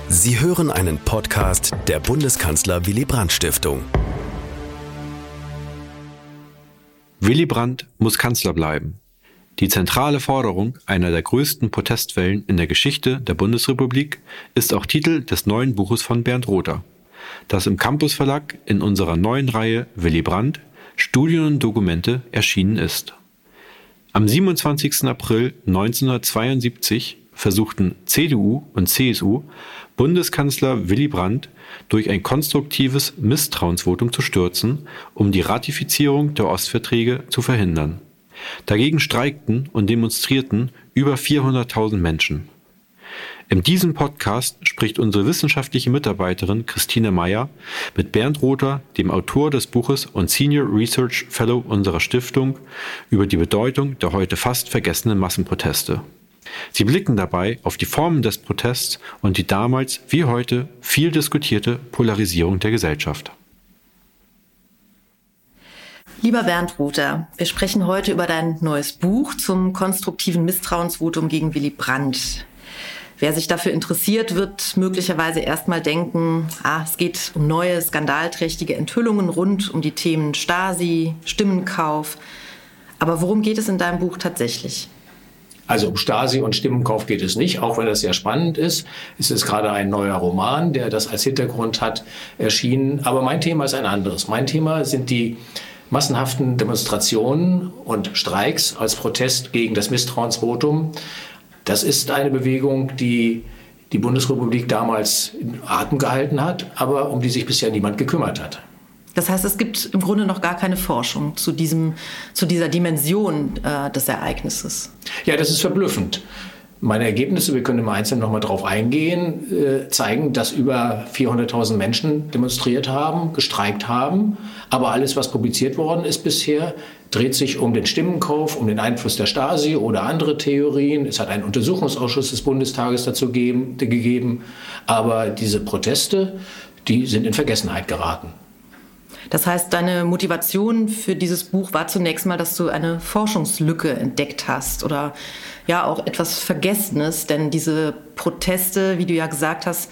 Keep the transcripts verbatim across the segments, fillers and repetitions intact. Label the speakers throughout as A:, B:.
A: Sie hören einen Podcast der Bundeskanzler Willy Brandt Stiftung.
B: Willy Brandt muss Kanzler bleiben. Die zentrale Forderung einer der größten Protestwellen in der Geschichte der Bundesrepublik ist auch Titel des neuen Buches von Bernd Rother, das im Campus Verlag in unserer neuen Reihe Willy Brandt – Studien und Dokumente erschienen ist. Am siebenundzwanzigsten April neunzehnhundertzweiundsiebzig versuchten C D U und C S U, Bundeskanzler Willy Brandt durch ein konstruktives Misstrauensvotum zu stürzen, um die Ratifizierung der Ostverträge zu verhindern. Dagegen streikten und demonstrierten über vierhunderttausend Menschen. In diesem Podcast spricht unsere wissenschaftliche Mitarbeiterin Christine Meyer mit Bernd Rother, dem Autor des Buches und Senior Research Fellow unserer Stiftung, über die Bedeutung der heute fast vergessenen Massenproteste. Sie blicken dabei auf die Formen des Protests und die damals wie heute viel diskutierte Polarisierung der Gesellschaft.
C: Lieber Bernd Rother, wir sprechen heute über dein neues Buch zum konstruktiven Misstrauensvotum gegen Willy Brandt. Wer sich dafür interessiert, wird möglicherweise erstmal denken, ah, es geht um neue, skandalträchtige Enthüllungen rund um die Themen Stasi, Stimmenkauf. Aber worum geht es in deinem Buch tatsächlich?
D: Also um Stasi und Stimmenkauf geht es nicht, auch wenn das sehr spannend ist. Es ist gerade ein neuer Roman, der das als Hintergrund hat, erschienen. Aber mein Thema ist ein anderes. Mein Thema sind die massenhaften Demonstrationen und Streiks als Protest gegen das Misstrauensvotum. Das ist eine Bewegung, die die Bundesrepublik damals in Atem gehalten hat, aber um die sich bisher niemand gekümmert hat.
C: Das heißt, es gibt im Grunde noch gar keine Forschung zu, diesem, zu dieser Dimension äh, des Ereignisses.
D: Ja, das ist verblüffend. Meine Ergebnisse, wir können im Einzelnen noch mal drauf eingehen, äh, zeigen, dass über vierhunderttausend Menschen demonstriert haben, gestreikt haben. Aber alles, was publiziert worden ist bisher, dreht sich um den Stimmenkauf, um den Einfluss der Stasi oder andere Theorien. Es hat einen Untersuchungsausschuss des Bundestages dazu geben, gegeben. Aber diese Proteste, die sind in Vergessenheit geraten.
C: Das heißt, deine Motivation für dieses Buch war zunächst mal, dass du eine Forschungslücke entdeckt hast oder ja auch etwas Vergessenes, denn diese Proteste, wie du ja gesagt hast,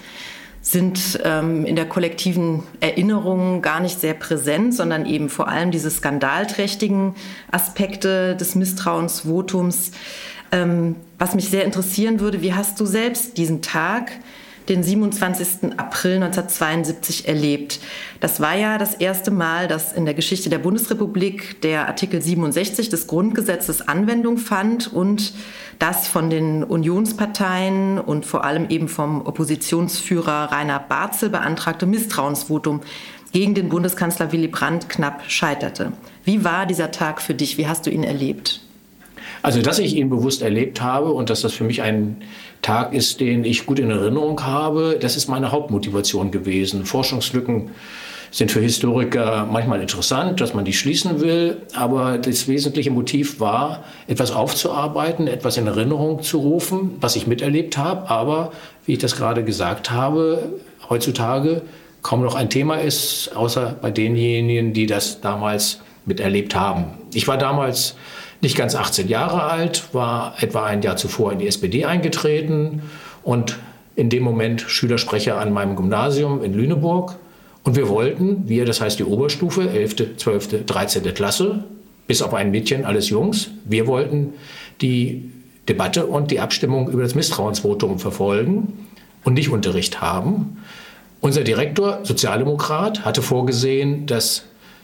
C: sind ähm, in der kollektiven Erinnerung gar nicht sehr präsent, sondern eben vor allem diese skandalträchtigen Aspekte des Misstrauensvotums. Ähm, was mich sehr interessieren würde, wie hast du selbst diesen Tag, den siebenundzwanzigsten April neunzehnhundertzweiundsiebzig erlebt? Das war ja das erste Mal, dass in der Geschichte der Bundesrepublik der Artikel siebenundsechzig des Grundgesetzes Anwendung fand und das von den Unionsparteien und vor allem eben vom Oppositionsführer Rainer Barzel beantragte Misstrauensvotum gegen den Bundeskanzler Willy Brandt knapp scheiterte. Wie war dieser Tag für dich? Wie hast du ihn erlebt?
D: Also, dass ich ihn bewusst erlebt habe und dass das für mich ein Tag ist, den ich gut in Erinnerung habe, das ist meine Hauptmotivation gewesen. Forschungslücken sind für Historiker manchmal interessant, dass man die schließen will, aber das wesentliche Motiv war, etwas aufzuarbeiten, etwas in Erinnerung zu rufen, was ich miterlebt habe, aber, wie ich das gerade gesagt habe, heutzutage kaum noch ein Thema ist, außer bei denjenigen, die das damals miterlebt haben. Ich war damals nicht ganz achtzehn Jahre alt, war etwa ein Jahr zuvor in die S P D eingetreten und in dem Moment Schülersprecher an meinem Gymnasium in Lüneburg. Und wir wollten, wir, das heißt die Oberstufe, elfte, zwölfte, dreizehnte Klasse, bis auf ein Mädchen, alles Jungs, wir wollten die Debatte und die Abstimmung über das Misstrauensvotum verfolgen und nicht Unterricht haben. Unser Direktor, Sozialdemokrat, hatte vorgesehen, dass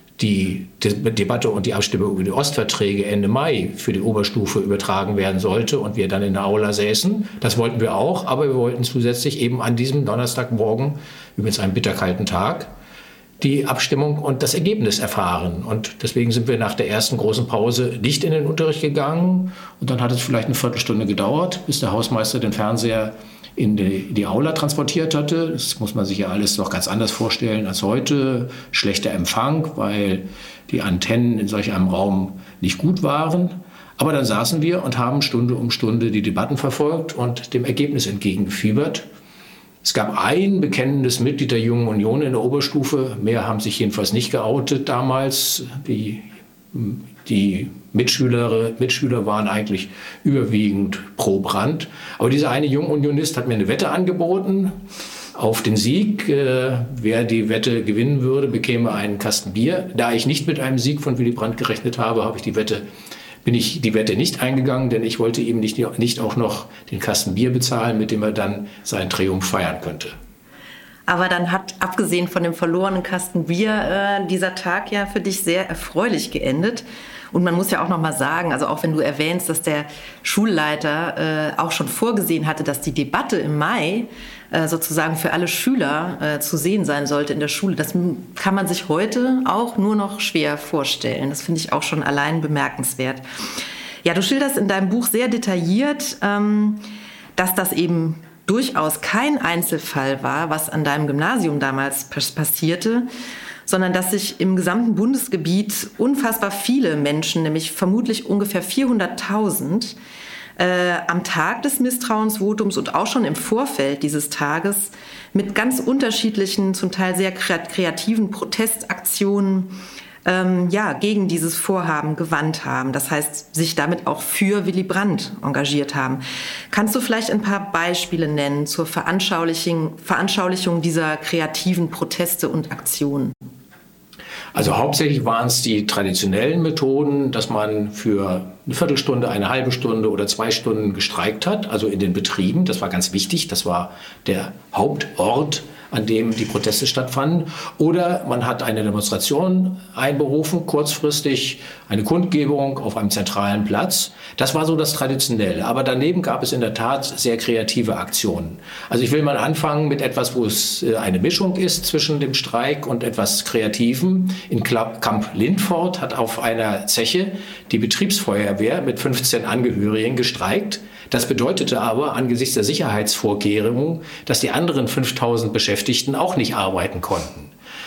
D: die Debatte und die Abstimmung über die Ostverträge Ende Mai für die Oberstufe übertragen werden sollte und wir dann in der Aula säßen. Das wollten wir auch, aber wir wollten zusätzlich eben an diesem Donnerstagmorgen, übrigens einem bitterkalten Tag, die Abstimmung und das Ergebnis erfahren. Und deswegen sind wir nach der ersten großen Pause nicht in den Unterricht gegangen. Und dann hat es vielleicht eine Viertelstunde gedauert, bis der Hausmeister den Fernseher in die, die Aula transportiert hatte. Das muss man sich ja alles noch ganz anders vorstellen als heute. Schlechter Empfang, weil die Antennen in solch einem Raum nicht gut waren. Aber dann saßen wir und haben Stunde um Stunde die Debatten verfolgt und dem Ergebnis entgegengefiebert. Es gab ein bekennendes Mitglied der Jungen Union in der Oberstufe. Mehr haben sich jedenfalls nicht geoutet damals. Die, die Mitschüler, Mitschüler waren eigentlich überwiegend pro Brandt. Aber dieser eine Jungunionist hat mir eine Wette angeboten. auf den Sieg. Äh, wer die Wette gewinnen würde, bekäme einen Kasten Bier. Da ich nicht mit einem Sieg von Willy Brandt gerechnet habe, habe ich die Wette, bin ich die Wette nicht eingegangen, denn ich wollte ihm nicht, nicht auch noch den Kasten Bier bezahlen, mit dem er dann seinen Triumph feiern könnte.
C: Aber dann hat, abgesehen von dem verlorenen Kasten Bier, äh, dieser Tag ja für dich sehr erfreulich geendet. Und man muss ja auch noch mal sagen, also auch wenn du erwähnst, dass der Schulleiter äh, auch schon vorgesehen hatte, dass die Debatte im Mai äh, sozusagen für alle Schüler äh, zu sehen sein sollte in der Schule, das kann man sich heute auch nur noch schwer vorstellen. Das finde ich auch schon allein bemerkenswert. Ja, du schilderst in deinem Buch sehr detailliert, ähm, dass das eben durchaus kein Einzelfall war, was an deinem Gymnasium damals passierte, sondern dass sich im gesamten Bundesgebiet unfassbar viele Menschen, nämlich vermutlich ungefähr vierhunderttausend, äh, am Tag des Misstrauensvotums und auch schon im Vorfeld dieses Tages mit ganz unterschiedlichen, zum Teil sehr kreativen Protestaktionen ähm, ja, gegen dieses Vorhaben gewandt haben. Das heißt, sich damit auch für Willy Brandt engagiert haben. Kannst du vielleicht ein paar Beispiele nennen zur Veranschaulichung, Veranschaulichung dieser kreativen Proteste und Aktionen?
D: Also hauptsächlich waren es die traditionellen Methoden, dass man für eine Viertelstunde, eine halbe Stunde oder zwei Stunden gestreikt hat, also in den Betrieben. Das war ganz wichtig, das war der Hauptort, an dem die Proteste stattfanden. Oder man hat eine Demonstration einberufen, kurzfristig eine Kundgebung auf einem zentralen Platz. Das war so das Traditionelle. Aber daneben gab es in der Tat sehr kreative Aktionen. Also ich will mal anfangen mit etwas, wo es eine Mischung ist zwischen dem Streik und etwas Kreativem. In Kamp Lindfort hat auf einer Zeche die Betriebsfeuerwehr mit fünfzehn Angehörigen gestreikt. Das bedeutete aber angesichts der Sicherheitsvorkehrungen, dass die anderen fünftausend Beschäftigten auch nicht arbeiten konnten.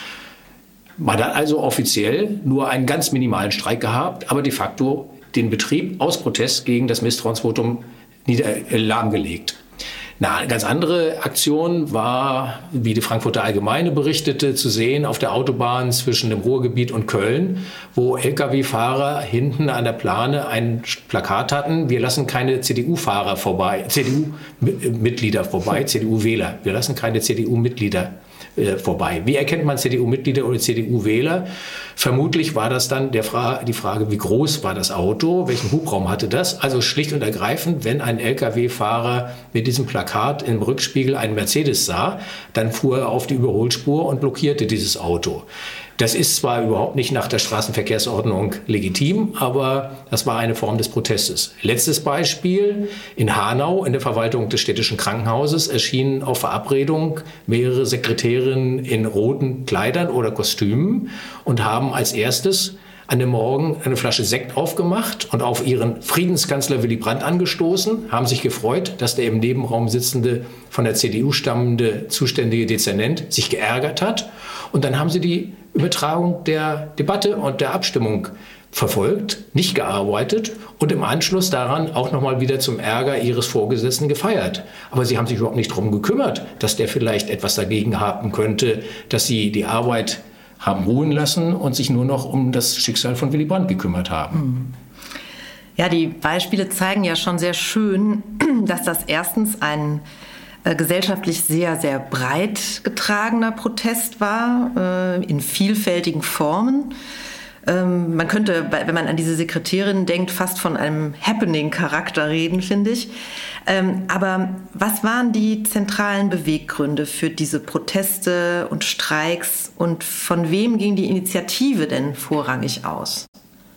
D: Man hat also offiziell nur einen ganz minimalen Streik gehabt, aber de facto den Betrieb aus Protest gegen das Misstrauensvotum nieder- äh, lahmgelegt. Eine ganz andere Aktion war, wie die Frankfurter Allgemeine berichtete, zu sehen auf der Autobahn zwischen dem Ruhrgebiet und Köln, wo L K W-Fahrer hinten an der Plane ein Plakat hatten: Wir lassen keine C D U-Fahrer vorbei, C D U-Mitglieder vorbei, C D U-Wähler. Wir lassen keine C D U-Mitglieder äh, vorbei. Wie erkennt man C D U-Mitglieder oder C D U-Wähler? Vermutlich war das dann der Fra- die Frage, wie groß war das Auto, welchen Hubraum hatte das? Also schlicht und ergreifend, wenn ein L K W-Fahrer mit diesem Plakat im Rückspiegel einen Mercedes sah, dann fuhr er auf die Überholspur und blockierte dieses Auto. Das ist zwar überhaupt nicht nach der Straßenverkehrsordnung legitim, aber das war eine Form des Protestes. Letztes Beispiel: In Hanau, in der Verwaltung des städtischen Krankenhauses, erschienen auf Verabredung mehrere Sekretärinnen in roten Kleidern oder Kostümen und haben als erstes an dem Morgen eine Flasche Sekt aufgemacht und auf ihren Friedenskanzler Willy Brandt angestoßen, haben sich gefreut, dass der im Nebenraum sitzende, von der C D U stammende zuständige Dezernent sich geärgert hat. Und dann haben sie die Übertragung der Debatte und der Abstimmung verfolgt, nicht gearbeitet und im Anschluss daran auch nochmal wieder zum Ärger ihres Vorgesetzten gefeiert. Aber sie haben sich überhaupt nicht darum gekümmert, dass der vielleicht etwas dagegen haben könnte, dass sie die Arbeit haben ruhen lassen und sich nur noch um das Schicksal von Willy Brandt gekümmert haben.
C: Ja, die Beispiele zeigen ja schon sehr schön, dass das erstens ein äh, gesellschaftlich sehr, sehr breit getragener Protest war, äh, in vielfältigen Formen. Ähm, man könnte, wenn man an diese Sekretärin denkt, fast von einem Happening-Charakter reden, finde ich. Ähm, aber was waren die zentralen Beweggründe für diese Proteste und Streiks und von wem ging die Initiative denn vorrangig aus?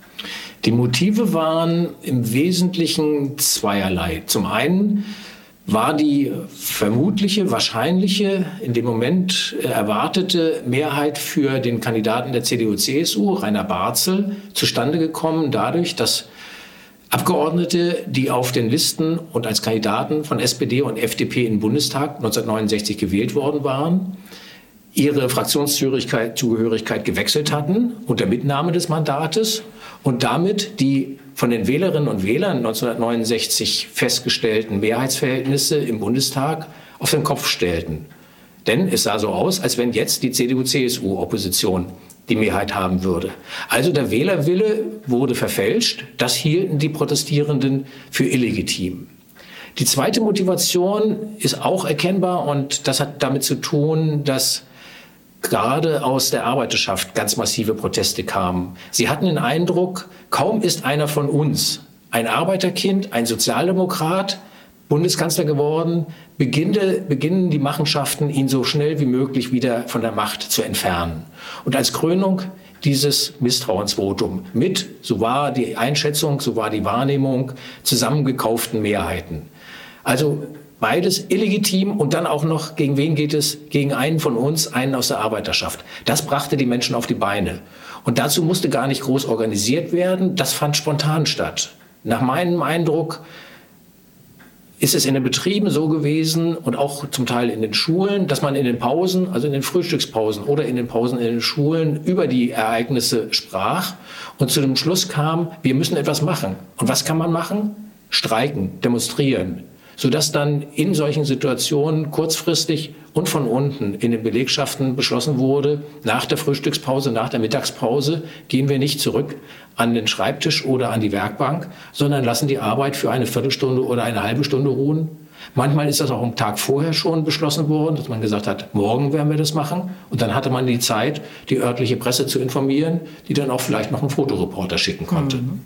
D: Die Motive waren im Wesentlichen zweierlei. Zum einen war die vermutliche, wahrscheinliche, in dem Moment erwartete Mehrheit für den Kandidaten der C D U C S U, Rainer Barzel, zustande gekommen dadurch, dass Abgeordnete, die auf den Listen und als Kandidaten von S P D und F D P im Bundestag neunzehnhundertneunundsechzig gewählt worden waren, ihre Fraktionszugehörigkeit gewechselt hatten unter Mitnahme des Mandates und damit die von den Wählerinnen und Wählern neunzehnhundertneunundsechzig festgestellten Mehrheitsverhältnisse im Bundestag auf den Kopf stellten. Denn es sah so aus, als wenn jetzt die C D U C S U-Opposition die Mehrheit haben würde. Also der Wählerwille wurde verfälscht. Das hielten die Protestierenden für illegitim. Die zweite Motivation ist auch erkennbar und das hat damit zu tun, dass gerade aus der Arbeiterschaft ganz massive Proteste kamen. Sie hatten den Eindruck, kaum ist einer von uns, ein Arbeiterkind, ein Sozialdemokrat, Bundeskanzler geworden, beginne, beginnen die Machenschaften, ihn so schnell wie möglich wieder von der Macht zu entfernen. Und als Krönung dieses Misstrauensvotum mit, so war die Einschätzung, so war die Wahrnehmung, zusammengekauften Mehrheiten. Also beides illegitim und dann auch noch, gegen wen geht es? Gegen einen von uns, einen aus der Arbeiterschaft. Das brachte die Menschen auf die Beine. Und dazu musste gar nicht groß organisiert werden, das fand spontan statt. Nach meinem Eindruck ist es in den Betrieben so gewesen und auch zum Teil in den Schulen, dass man in den Pausen, also in den Frühstückspausen oder in den Pausen in den Schulen über die Ereignisse sprach und zu dem Schluss kam, wir müssen etwas machen. Und was kann man machen? Streiken, demonstrieren. Sodass dann in solchen Situationen kurzfristig und von unten in den Belegschaften beschlossen wurde, nach der Frühstückspause, nach der Mittagspause gehen wir nicht zurück an den Schreibtisch oder an die Werkbank, sondern lassen die Arbeit für eine Viertelstunde oder eine halbe Stunde ruhen. Manchmal ist das auch am Tag vorher schon beschlossen worden, dass man gesagt hat, morgen werden wir das machen. Und dann hatte man die Zeit, die örtliche Presse zu informieren, die dann auch vielleicht noch einen Fotoreporter schicken konnte.
C: Mhm.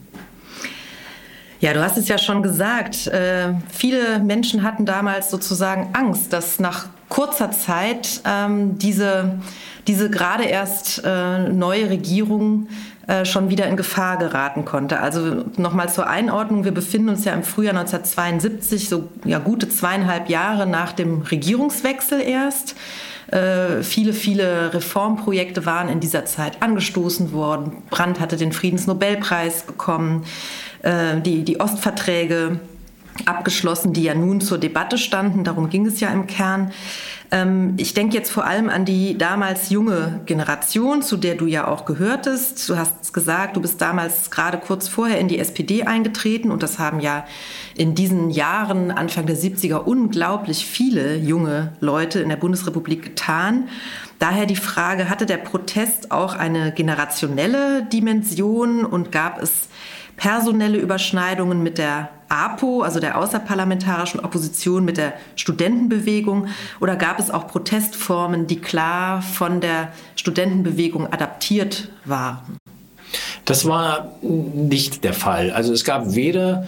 C: Ja, du hast es ja schon gesagt, äh, viele Menschen hatten damals sozusagen Angst, dass nach kurzer Zeit ähm, diese, diese gerade erst äh, neue Regierung äh, schon wieder in Gefahr geraten konnte. Also nochmal zur Einordnung, wir befinden uns ja im Frühjahr neunzehnhundertzweiundsiebzig, so ja, gute zweieinhalb Jahre nach dem Regierungswechsel erst. Äh, viele, viele Reformprojekte waren in dieser Zeit angestoßen worden. Brandt hatte den Friedensnobelpreis bekommen. Die, die Ostverträge abgeschlossen, die ja nun zur Debatte standen. Darum ging es ja im Kern. Ich denke jetzt vor allem an die damals junge Generation, zu der du ja auch gehörtest. Du hast es gesagt, du bist damals gerade kurz vorher in die S P D eingetreten und das haben ja in diesen Jahren, Anfang der siebziger, unglaublich viele junge Leute in der Bundesrepublik getan. Daher die Frage, hatte der Protest auch eine generationelle Dimension und gab es personelle Überschneidungen mit der APO, also der außerparlamentarischen Opposition, mit der Studentenbewegung? Oder gab es auch Protestformen, die klar von der Studentenbewegung adaptiert waren?
D: Das war nicht der Fall. Also es gab weder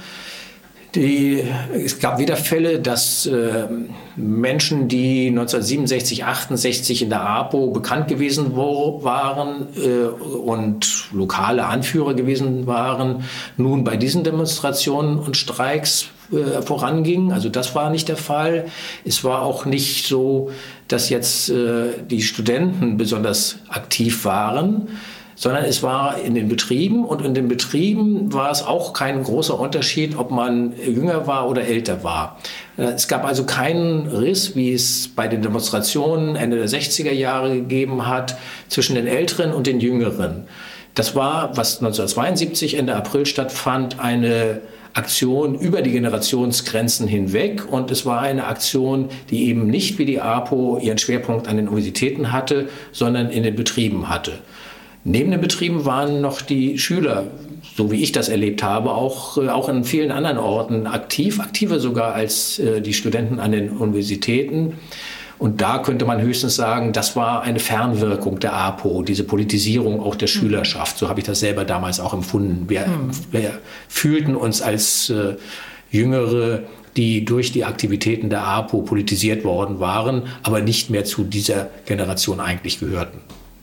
D: Die, es gab weder Fälle, dass äh, Menschen, die neunzehnhundertsiebenundsechzig, achtundsechzig in der APO bekannt gewesen wo, waren äh, und lokale Anführer gewesen waren, nun bei diesen Demonstrationen und Streiks äh, vorangingen. Also das war nicht der Fall. Es war auch nicht so, dass jetzt äh, die Studenten besonders aktiv waren, sondern es war in den Betrieben und in den Betrieben war es auch kein großer Unterschied, ob man jünger war oder älter war. Es gab also keinen Riss, wie es bei den Demonstrationen Ende der sechziger Jahre gegeben hat, zwischen den Älteren und den Jüngeren. Das war, was neunzehnhundertzweiundsiebzig Ende April stattfand, eine Aktion über die Generationsgrenzen hinweg und es war eine Aktion, die eben nicht wie die APO ihren Schwerpunkt an den Universitäten hatte, sondern in den Betrieben hatte. Neben den Betrieben waren noch die Schüler, so wie ich das erlebt habe, auch, auch in vielen anderen Orten aktiv, aktiver sogar als äh, die Studenten an den Universitäten. Und da könnte man höchstens sagen, das war eine Fernwirkung der APO, diese Politisierung auch der Schülerschaft. So habe ich das selber damals auch empfunden. Wir, mhm. wir fühlten uns als äh, Jüngere, die durch die Aktivitäten der APO politisiert worden waren, aber nicht mehr zu dieser Generation eigentlich gehörten.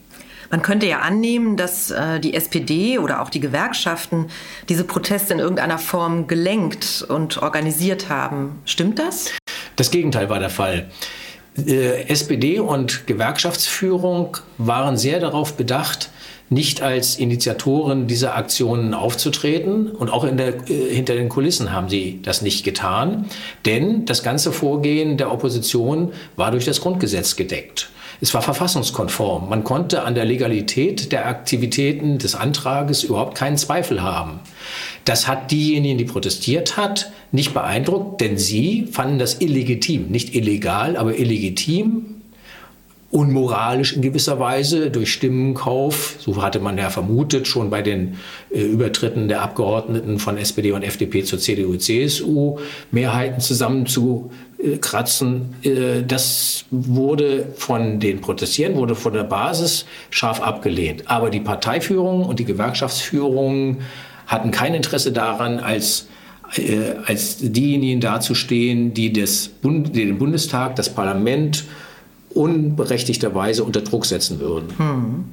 C: Man könnte ja annehmen, dass äh, die S P D oder auch die Gewerkschaften diese Proteste in irgendeiner Form gelenkt und organisiert haben. Stimmt das?
D: Das Gegenteil war der Fall. Äh, S P D und Gewerkschaftsführung waren sehr darauf bedacht, nicht als Initiatoren dieser Aktionen aufzutreten. Und auch in der, äh, hinter den Kulissen haben sie das nicht getan. Denn das ganze Vorgehen der Opposition war durch das Grundgesetz gedeckt. Es war verfassungskonform. Man konnte an der Legalität der Aktivitäten des Antrages überhaupt keinen Zweifel haben. Das hat diejenigen, die protestiert hat, nicht beeindruckt, denn sie fanden das illegitim. Nicht illegal, aber illegitim. unmoralisch in gewisser Weise durch Stimmenkauf, so hatte man ja vermutet, schon bei den äh, Übertritten der Abgeordneten von S P D und F D P zur C D U, C S U, Mehrheiten zusammenzukratzen. Äh, das wurde von den Protestierenden, wurde von der Basis scharf abgelehnt. Aber die Parteiführung und die Gewerkschaftsführung hatten kein Interesse daran, als äh, als diejenigen dazustehen, die, das Bund, die den Bundestag, das Parlament unberechtigterweise unter Druck setzen würden.
C: Hm.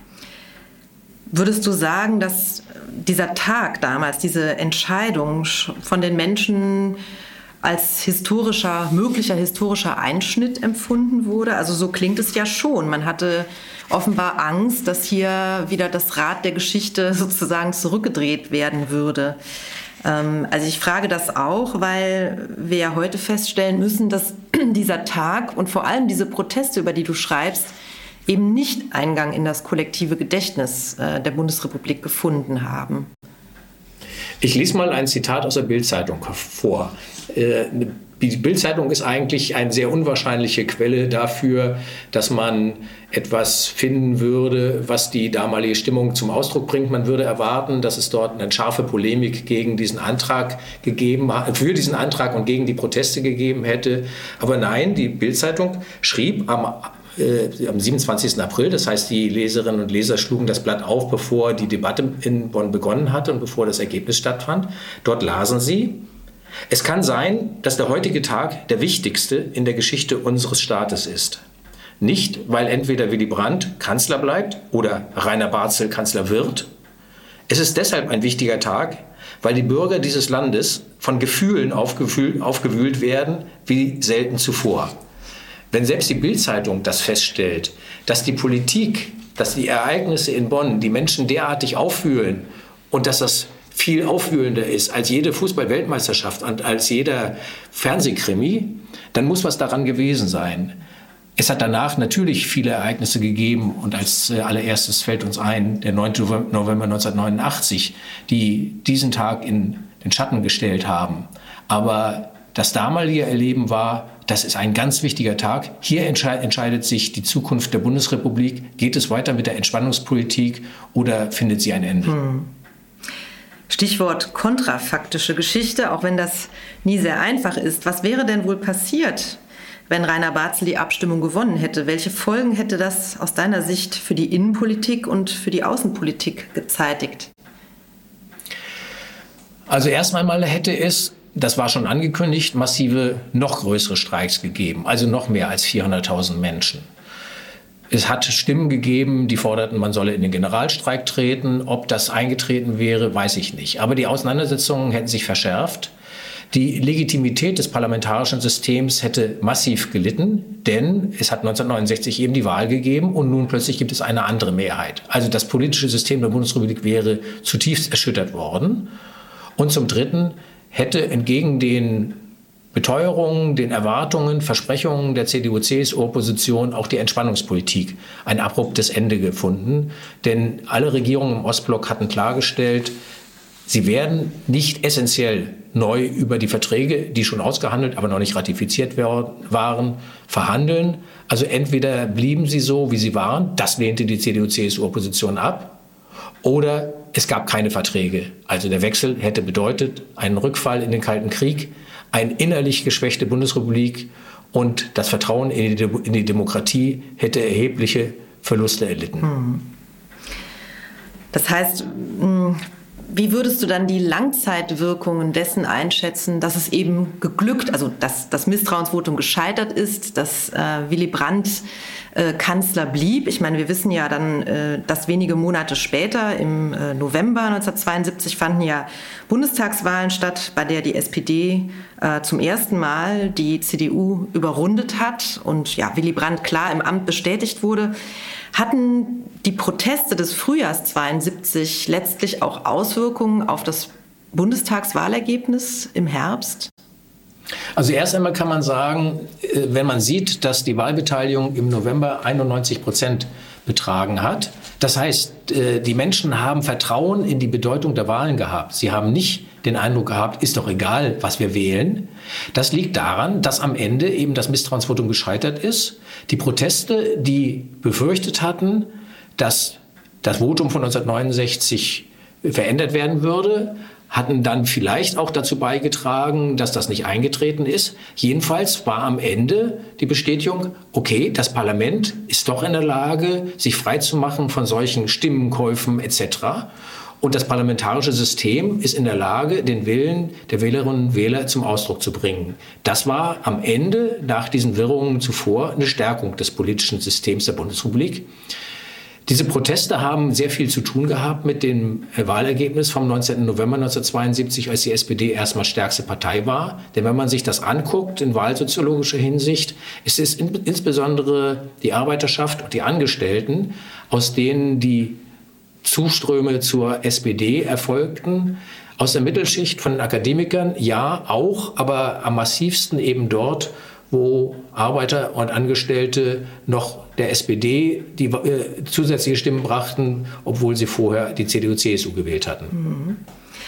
C: Würdest du sagen, dass dieser Tag damals, diese Entscheidung von den Menschen als historischer, möglicher historischer Einschnitt empfunden wurde? Also so klingt es ja schon. Man hatte offenbar Angst, dass hier wieder das Rad der Geschichte sozusagen zurückgedreht werden würde. Also ich frage das auch, weil wir ja heute feststellen müssen, dass dieser Tag und vor allem diese Proteste, über die du schreibst, eben nicht Eingang in das kollektive Gedächtnis der Bundesrepublik gefunden haben.
D: Ich lese mal ein Zitat aus der Bild-Zeitung vor. Die Bild-Zeitung ist eigentlich eine sehr unwahrscheinliche Quelle dafür, dass man etwas finden würde, was die damalige Stimmung zum Ausdruck bringt. Man würde erwarten, dass es dort eine scharfe Polemik gegen diesen Antrag gegeben, für diesen Antrag und gegen die Proteste gegeben hätte. Aber nein, die Bild-Zeitung schrieb am Äh, am siebenundzwanzigsten April, das heißt, die Leserinnen und Leser schlugen das Blatt auf, bevor die Debatte in Bonn begonnen hatte und bevor das Ergebnis stattfand. Dort lasen sie: Es kann sein, dass der heutige Tag der wichtigste in der Geschichte unseres Staates ist. Nicht, weil entweder Willy Brandt Kanzler bleibt oder Rainer Barzel Kanzler wird. Es ist deshalb ein wichtiger Tag, weil die Bürger dieses Landes von Gefühlen aufgewühlt, aufgewühlt werden wie selten zuvor. Wenn selbst die Bild-Zeitung das feststellt, dass die Politik, dass die Ereignisse in Bonn die Menschen derartig aufwühlen und dass das viel aufwühlender ist als jede Fußball-Weltmeisterschaft und als jeder Fernsehkrimi, dann muss was daran gewesen sein. Es hat danach natürlich viele Ereignisse gegeben und als allererstes fällt uns ein, der neunte November neunzehnhundertneunundachtzig, die diesen Tag in den Schatten gestellt haben. Aber das damalige Erleben war, das ist ein ganz wichtiger Tag. Hier entscheidet, entscheidet sich die Zukunft der Bundesrepublik. Geht es weiter mit der Entspannungspolitik oder findet sie ein Ende? Hm.
C: Stichwort kontrafaktische Geschichte, auch wenn das nie sehr einfach ist. Was wäre denn wohl passiert, wenn Rainer Barzel die Abstimmung gewonnen hätte? Welche Folgen hätte das aus deiner Sicht für die Innenpolitik und für die Außenpolitik gezeitigt?
D: Also erst einmal hätte es, das war schon angekündigt, massive, noch größere Streiks gegeben, also noch mehr als vierhunderttausend Menschen. Es hat Stimmen gegeben, die forderten, man solle in den Generalstreik treten. Ob das eingetreten wäre, weiß ich nicht. Aber die Auseinandersetzungen hätten sich verschärft. Die Legitimität des parlamentarischen Systems hätte massiv gelitten, denn es hat neunzehnhundertneunundsechzig eben die Wahl gegeben und nun plötzlich gibt es eine andere Mehrheit. Also das politische System der Bundesrepublik wäre zutiefst erschüttert worden. Und zum Dritten hätte entgegen den Beteuerungen, den Erwartungen, Versprechungen der C D U C S U-Opposition auch die Entspannungspolitik ein abruptes Ende gefunden. Denn alle Regierungen im Ostblock hatten klargestellt, sie werden nicht essentiell neu über die Verträge, die schon ausgehandelt, aber noch nicht ratifiziert waren, verhandeln. Also entweder blieben sie so, wie sie waren, das lehnte die C D U C S U-Opposition ab, oder es gab keine Verträge. Also der Wechsel hätte bedeutet einen Rückfall in den Kalten Krieg, eine innerlich geschwächte Bundesrepublik und das Vertrauen in die, in die Demokratie hätte erhebliche Verluste erlitten.
C: Das heißt, wie würdest du dann die Langzeitwirkungen dessen einschätzen, dass es eben geglückt, also dass das Misstrauensvotum gescheitert ist, dass äh, Willy Brandt äh, Kanzler blieb? Ich meine, wir wissen ja dann, äh, dass wenige Monate später, im äh, November neunzehnhundertzweiundsiebzig, fanden ja Bundestagswahlen statt, bei der die S P D äh, zum ersten Mal die C D U überrundet hat und ja, Willy Brandt klar im Amt bestätigt wurde. Hatten die Proteste des Frühjahrs zweiundsiebzig letztlich auch Auswirkungen auf das Bundestagswahlergebnis im Herbst?
D: Also erst einmal kann man sagen, wenn man sieht, dass die Wahlbeteiligung im November einundneunzig Prozent betragen hat, das heißt, die Menschen haben Vertrauen in die Bedeutung der Wahlen gehabt. Sie haben nicht den Eindruck gehabt, ist doch egal, was wir wählen. Das liegt daran, dass am Ende eben das Misstrauensvotum gescheitert ist. Die Proteste, die befürchtet hatten, dass das Votum von neunzehnhundertneunundsechzig verändert werden würde, hatten dann vielleicht auch dazu beigetragen, dass das nicht eingetreten ist. Jedenfalls war am Ende die Bestätigung, okay, das Parlament ist doch in der Lage, sich freizumachen von solchen Stimmenkäufen et cetera. Und das parlamentarische System ist in der Lage, den Willen der Wählerinnen und Wähler zum Ausdruck zu bringen. Das war am Ende, nach diesen Wirrungen zuvor, eine Stärkung des politischen Systems der Bundesrepublik. Diese Proteste haben sehr viel zu tun gehabt mit dem Wahlergebnis vom neunzehnten November neunzehnhundertzweiundsiebzig, als die S P D erstmal stärkste Partei war. Denn wenn man sich das anguckt in wahlsoziologischer Hinsicht, ist es in, insbesondere die Arbeiterschaft und die Angestellten, aus denen die Zuströme zur S P D erfolgten. Aus der Mittelschicht von den Akademikern, ja, auch, aber am massivsten eben dort, wo Arbeiter und Angestellte noch der S P D die äh, zusätzliche Stimmen brachten, obwohl sie vorher die C D U C S U gewählt hatten.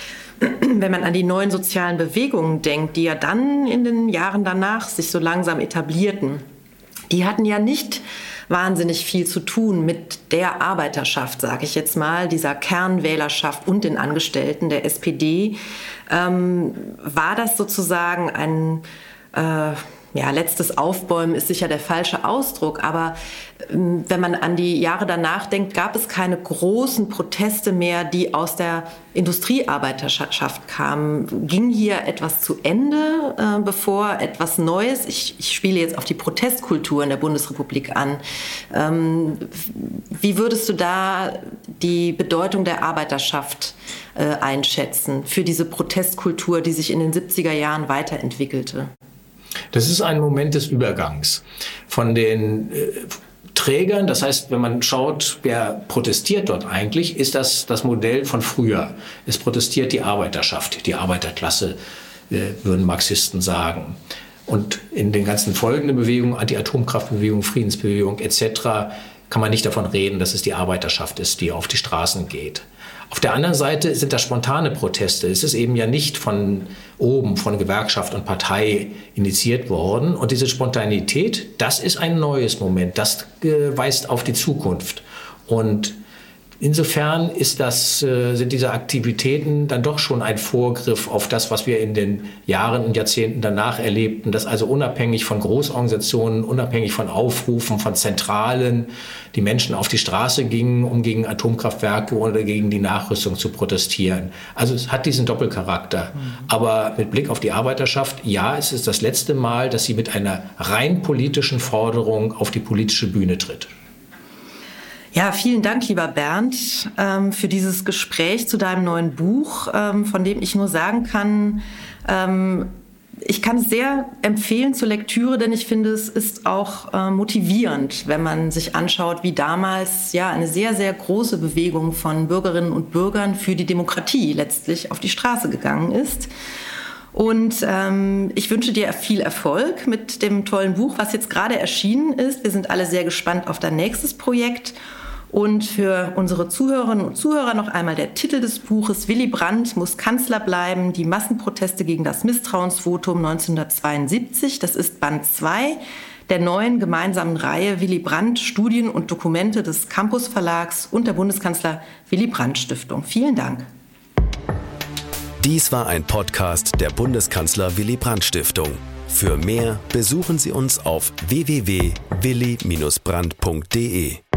C: Wenn man an die neuen sozialen Bewegungen denkt, die ja dann in den Jahren danach sich so langsam etablierten, die hatten ja nicht wahnsinnig viel zu tun mit der Arbeiterschaft, sage ich jetzt mal, dieser Kernwählerschaft und den Angestellten der S P D. Ähm, war das sozusagen ein äh, ja, letztes Aufbäumen ist sicher der falsche Ausdruck, aber ähm, wenn man an die Jahre danach denkt, gab es keine großen Proteste mehr, die aus der Industriearbeiterschaft kamen. Ging hier etwas zu Ende, äh, bevor etwas Neues, ich, ich spiele jetzt auf die Protestkultur in der Bundesrepublik an. Ähm, wie würdest du da die Bedeutung der Arbeiterschaft äh, einschätzen für diese Protestkultur, die sich in den siebziger Jahren weiterentwickelte?
D: Das ist ein Moment des Übergangs von den äh, Trägern. Das heißt, wenn man schaut, wer protestiert dort eigentlich, ist das das Modell von früher. Es protestiert die Arbeiterschaft, die Arbeiterklasse, äh, würden Marxisten sagen. Und in den ganzen folgenden Bewegungen, Anti-Atomkraftbewegung, Friedensbewegung et cetera, kann man nicht davon reden, dass es die Arbeiterschaft ist, die auf die Straßen geht. Auf der anderen Seite sind das spontane Proteste. Es ist eben ja nicht von oben, von Gewerkschaft und Partei initiiert worden. Und diese Spontanität, das ist ein neues Moment. Das äh, weist auf die Zukunft. Und insofern ist das, äh, sind diese Aktivitäten dann doch schon ein Vorgriff auf das, was wir in den Jahren und Jahrzehnten danach erlebten, dass also unabhängig von Großorganisationen, unabhängig von Aufrufen, von Zentralen, die Menschen auf die Straße gingen, um gegen Atomkraftwerke oder gegen die Nachrüstung zu protestieren. Also es hat diesen Doppelcharakter. Mhm. Aber mit Blick auf die Arbeiterschaft, ja, es ist das letzte Mal, dass sie mit einer rein politischen Forderung auf die politische Bühne tritt.
C: Ja, vielen Dank, lieber Bernd, ähm, für dieses Gespräch zu deinem neuen Buch, ähm, von dem ich nur sagen kann, ähm, ich kann es sehr empfehlen zur Lektüre, denn ich finde, es ist auch äh, motivierend, wenn man sich anschaut, wie damals ja eine sehr, sehr große Bewegung von Bürgerinnen und Bürgern für die Demokratie letztlich auf die Straße gegangen ist. Und ähm, ich wünsche dir viel Erfolg mit dem tollen Buch, was jetzt gerade erschienen ist. Wir sind alle sehr gespannt auf dein nächstes Projekt. Und für unsere Zuhörerinnen und Zuhörer noch einmal der Titel des Buches: Willy Brandt muss Kanzler bleiben, die Massenproteste gegen das Misstrauensvotum neunzehnhundertzweiundsiebzig. Das ist Band zwei der neuen gemeinsamen Reihe Willy Brandt, Studien und Dokumente des Campus Verlags und der Bundeskanzler Willy Brandt Stiftung. Vielen Dank.
A: Dies war ein Podcast der Bundeskanzler Willy Brandt Stiftung. Für mehr besuchen Sie uns auf w w w punkt willy Bindestrich brandt punkt d e.